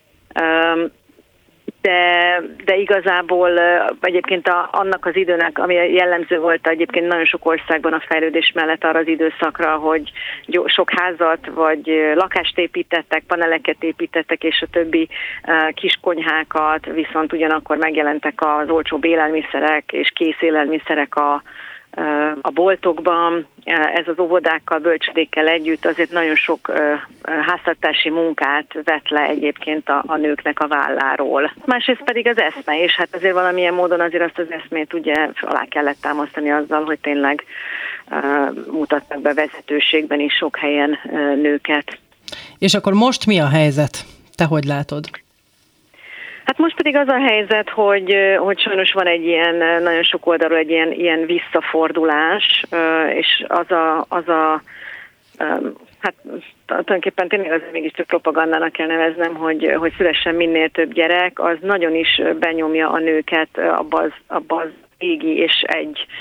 Speaker 6: De, de igazából egyébként a, annak az időnek, ami jellemző volt egyébként nagyon sok országban a fejlődés mellett arra az időszakra, hogy sok házat vagy lakást építettek, paneleket építettek, és a többi kis konyhákat, viszont ugyanakkor megjelentek az olcsóbb élelmiszerek és kész élelmiszerek a a boltokban, ez az óvodákkal, bölcsödékkel együtt azért nagyon sok háztartási munkát vett le egyébként a, a nőknek a válláról. Másrészt pedig az eszme, és hát azért valamilyen módon azért azt az eszmét ugye alá kellett támasztani azzal, hogy tényleg uh, mutattak be vezetőségben is sok helyen uh, nőket.
Speaker 3: És akkor most mi a helyzet? Te hogy látod?
Speaker 6: Hát most pedig az a helyzet, hogy, hogy sajnos van egy ilyen, nagyon sok oldalról egy ilyen, ilyen visszafordulás, és az a, az a hát tulajdonképpen tényleg az mégiscsak propagandának kell neveznem, hogy, hogy szülessen minél több gyerek, az nagyon is benyomja a nőket abba az, abba az égi és egy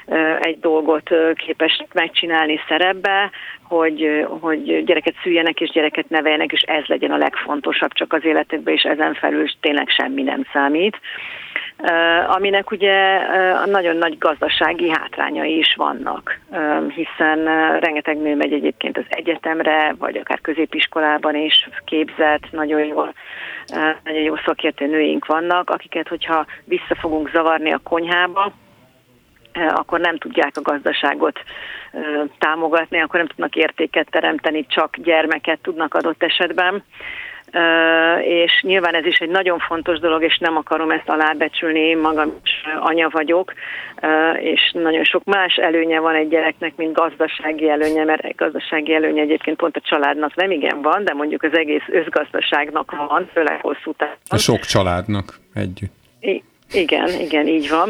Speaker 6: egy dolgot képes megcsinálni szerepbe, hogy, hogy gyereket szüljenek és gyereket neveljenek, és ez legyen a legfontosabb csak az életükben, és ezen felül tényleg semmi nem számít. Uh, aminek ugye uh, nagyon nagy gazdasági hátrányai is vannak, uh, hiszen uh, rengeteg nő megy egyébként az egyetemre, vagy akár középiskolában is képzett, nagyon jól, uh, nagyon jó szakértő nőink vannak, akiket, hogyha vissza fogunk zavarni a konyhába, uh, akkor nem tudják a gazdaságot uh, támogatni, akkor nem tudnak értéket teremteni, csak gyermeket tudnak adott esetben. Uh, és nyilván ez is egy nagyon fontos dolog, és nem akarom ezt alábecsülni, én magam is anya vagyok, uh, és nagyon sok más előnye van egy gyereknek, mint gazdasági előnye, mert egy gazdasági előnye egyébként pont a családnak nem igen van, de mondjuk az egész összgazdaságnak van, főleg hosszú távon.
Speaker 4: A sok családnak együtt.
Speaker 6: I- igen, igen, így van.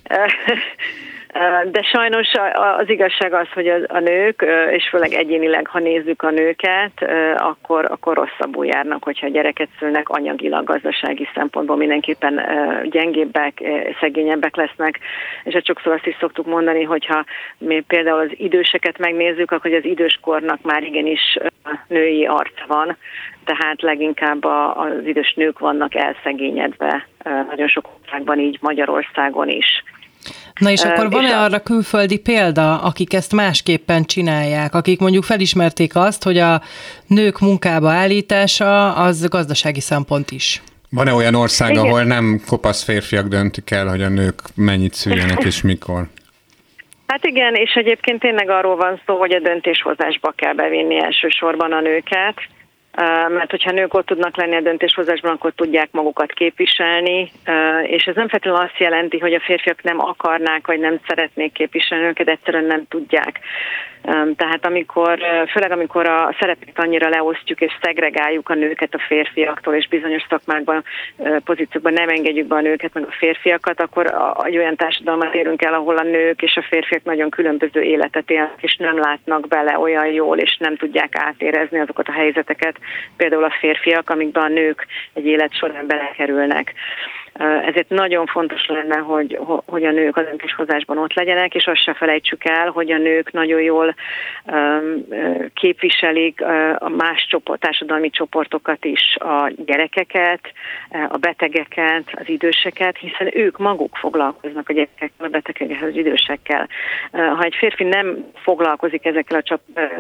Speaker 6: De sajnos az igazság az, hogy a nők, és főleg egyénileg, ha nézzük a nőket, akkor, akkor rosszabbul járnak, hogyha gyereket szülnek, anyagilag, gazdasági szempontból mindenképpen gyengébbek, szegényebbek lesznek, és hát sokszor azt is szoktuk mondani, hogyha mi például az időseket megnézzük, akkor az időskornak már igenis női arca van, tehát leginkább az idős nők vannak elszegényedve, nagyon sok országban, így Magyarországon is.
Speaker 3: Na és akkor van-e arra külföldi példa, akik ezt másképpen csinálják, akik mondjuk felismerték azt, hogy a nők munkába állítása az gazdasági szempont is?
Speaker 4: Van-e olyan ország, igen, ahol nem kopasz férfiak döntik el, hogy a nők mennyit szüljenek és mikor?
Speaker 6: Hát igen, és egyébként tényleg arról van szó, hogy a döntéshozásba kell bevinni elsősorban a nőket, mert hogyha nők ott tudnak lenni a döntéshozásban, akkor tudják magukat képviselni, és ez nem feltétlenül azt jelenti, hogy a férfiak nem akarnák, vagy nem szeretnék képviselni őket, egyszerűen nem tudják. Tehát amikor, főleg amikor a szerepet annyira leosztjuk és szegregáljuk a nőket a férfiaktól, és bizonyos szakmákban, pozíciókban nem engedjük be a nőket meg a férfiakat, akkor egy olyan társadalmat érünk el, ahol a nők és a férfiak nagyon különböző életet élnek, és nem látnak bele olyan jól, és nem tudják átérezni azokat a helyzeteket, például a férfiak, amikben a nők egy élet során belekerülnek. Ezért nagyon fontos lenne, hogy, hogy a nők a döntéshozásban ott legyenek, és azt se felejtsük el, hogy a nők nagyon jól um, képviselik a más csoport, társadalmi csoportokat is, a gyerekeket, a betegeket, az időseket, hiszen ők maguk foglalkoznak a gyerekekkel, a betegekkel, az idősekkel. Ha egy férfi nem foglalkozik ezekkel a csop,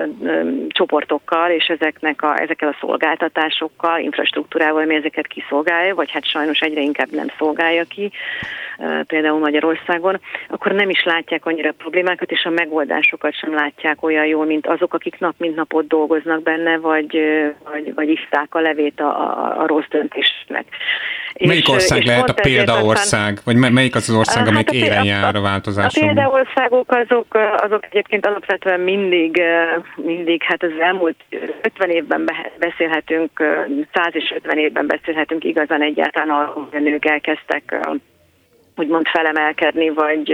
Speaker 6: csoportokkal, és ezeknek a, ezekkel a szolgáltatásokkal, infrastruktúrával, ami ezeket kiszolgálja, vagy hát sajnos egyre inkább nem szolgálja ki, például Magyarországon, akkor nem is látják annyira problémákat, és a megoldásokat sem látják olyan jól, mint azok, akik nap mint napot dolgoznak benne, vagy, vagy, vagy iszták a levét a, a, a rossz döntésnek.
Speaker 4: Melyik és, ország és lehet a példaország, aztán, vagy melyik az az ország, hát amelyik élen jár a változásokban?
Speaker 6: A példaországok azok, azok egyébként alapvetően mindig, mindig, hát az elmúlt ötven évben beszélhetünk, száz és ötven évben beszélhetünk igazán egyáltalán arról, hogy a nők elkezdtek úgymond felemelkedni, vagy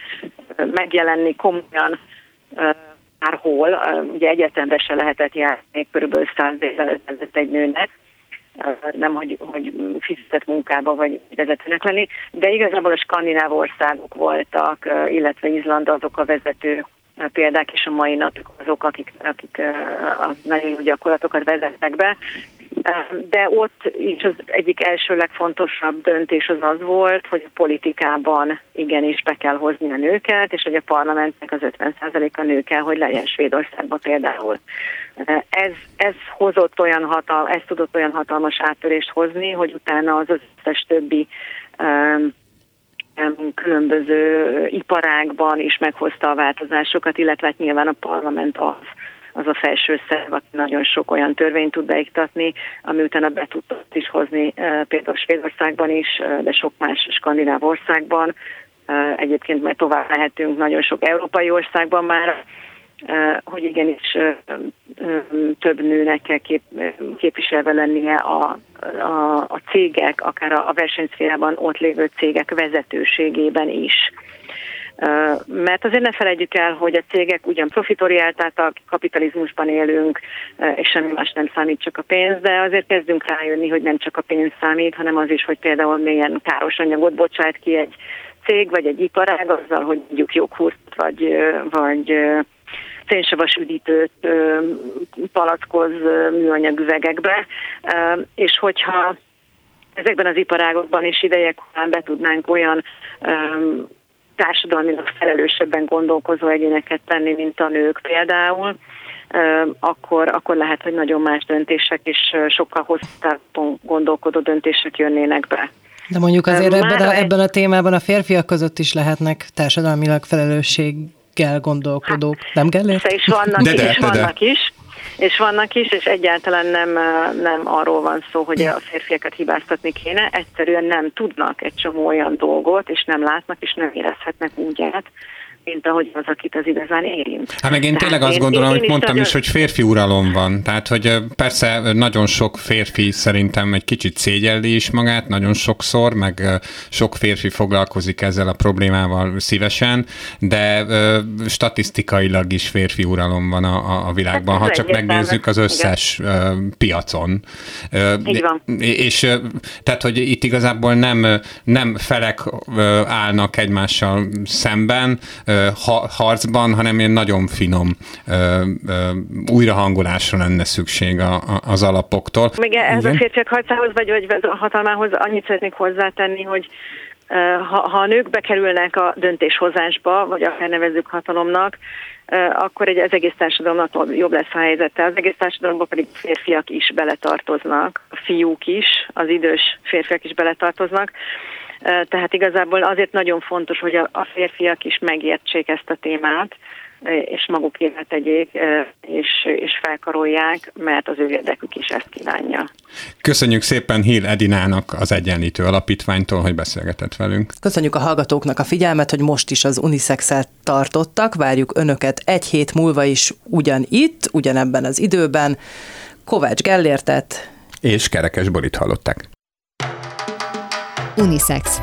Speaker 6: megjelenni komolyan bárhol. Ugye egyetemre se lehetett járni, körülbelül száz évvel ezelőtt egy nőnek, nem hogy, hogy fizetett munkába vagy vezetőnek lenni, de igazából a skandináv országok voltak, illetve Izland azok a vezető példák, és a mai napok azok, akik, akik a nagyon jó gyakorlatokat vezetnek be. De ott is az egyik első legfontosabb döntés az az volt, hogy a politikában igenis be kell hozni a nőket, és hogy a parlamentnek az ötven százaléka nő kell, hogy legyen Svédországban például. Ez, ez hozott olyan hatal, ez tudott olyan hatalmas áttörést hozni, hogy utána az összes többi um, különböző iparágban is meghozta a változásokat, illetve hát nyilván a parlament az, az a felső szerv, aki nagyon sok olyan törvényt tud beiktatni, ami utána be tudta is hozni például Svédországban is, de sok más skandináv országban. Egyébként már tovább lehetünk nagyon sok európai országban már, hogy igenis több nőnek kell kép, képviselve lennie a, a, a cégek, akár a versenyszférában ott lévő cégek vezetőségében is. Mert azért ne felejtjük el, hogy a cégek ugyan profitoriáltáltak, kapitalizmusban élünk, és semmi más nem számít, csak a pénz, de azért kezdünk rájönni, hogy nem csak a pénz számít, hanem az is, hogy például milyen káros anyagot bocsát ki egy cég, vagy egy iparág azzal, hogy mondjuk joghurt, vagy, vagy szénsavas üdítőt palackoz műanyag üvegekbe, és hogyha ezekben az iparágokban is ideje korán be tudnánk olyan társadalmilag felelősebben gondolkozó egyéneket tenni, mint a nők például, akkor, akkor lehet, hogy nagyon más döntések és sokkal hosszabb gondolkodó döntések jönnének be.
Speaker 3: De mondjuk azért ebben a, ebben a témában a férfiak között is lehetnek társadalmilag felelősséggel gondolkodók, hát, nem Gellért?
Speaker 6: És vannak, de, de, és, vannak de. is, és vannak is, és egyáltalán nem, nem arról van szó, hogy a férfiakat hibáztatni kéne, egyszerűen nem tudnak egy csomó olyan dolgot, és nem látnak, és nem érezhetnek úgy át, mint ahogy az, akit az igazán érint.
Speaker 4: Hát meg én tényleg Tehát azt én, gondolom, én, amit mondtam nagyon... is, hogy férfi uralom van. Tehát, hogy persze nagyon sok férfi szerintem egy kicsit szégyelli is magát, nagyon sokszor, meg sok férfi foglalkozik ezzel a problémával szívesen, de statisztikailag is férfi uralom van a, a világban, hát ha csak megnézzük az összes igen. piacon.
Speaker 6: Így van.
Speaker 4: És tehát, hogy itt igazából nem, nem felek állnak egymással szemben, harcban, hanem ilyen nagyon finom ö, ö, újrahangolásra lenne szükség a, a, az alapoktól.
Speaker 6: Még ez a férfiak harcához, vagy, vagy a hatalmához annyit szeretnék hozzátenni, hogy ha, ha a nők bekerülnek a döntéshozásba, vagy akár nevezzük hatalomnak, akkor egy, az egész társadalomnak jobb lesz a helyzete. Az egész társadalomban pedig férfiak is beletartoznak, a fiúk is, az idős férfiak is beletartoznak. Tehát igazából azért nagyon fontos, hogy a férfiak is megértsék ezt a témát, és magukévá tegyék, és, és felkarolják, mert az ő érdekük is ezt kívánja.
Speaker 4: Köszönjük szépen Hill Edinának az Egyenlítő Alapítványtól, hogy beszélgetett velünk.
Speaker 3: Köszönjük a hallgatóknak a figyelmet, hogy most is az Unisex-et tartottak. Várjuk önöket egy hét múlva is ugyanitt, ugyanebben az időben. Kovács Gellértet
Speaker 4: és Kerekes Borit hallották.
Speaker 1: Unisex.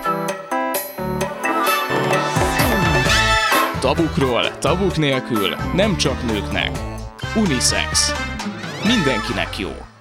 Speaker 2: Tabukról, tabuk nélkül, nem csak nőknek. Unisex. Mindenkinek jó.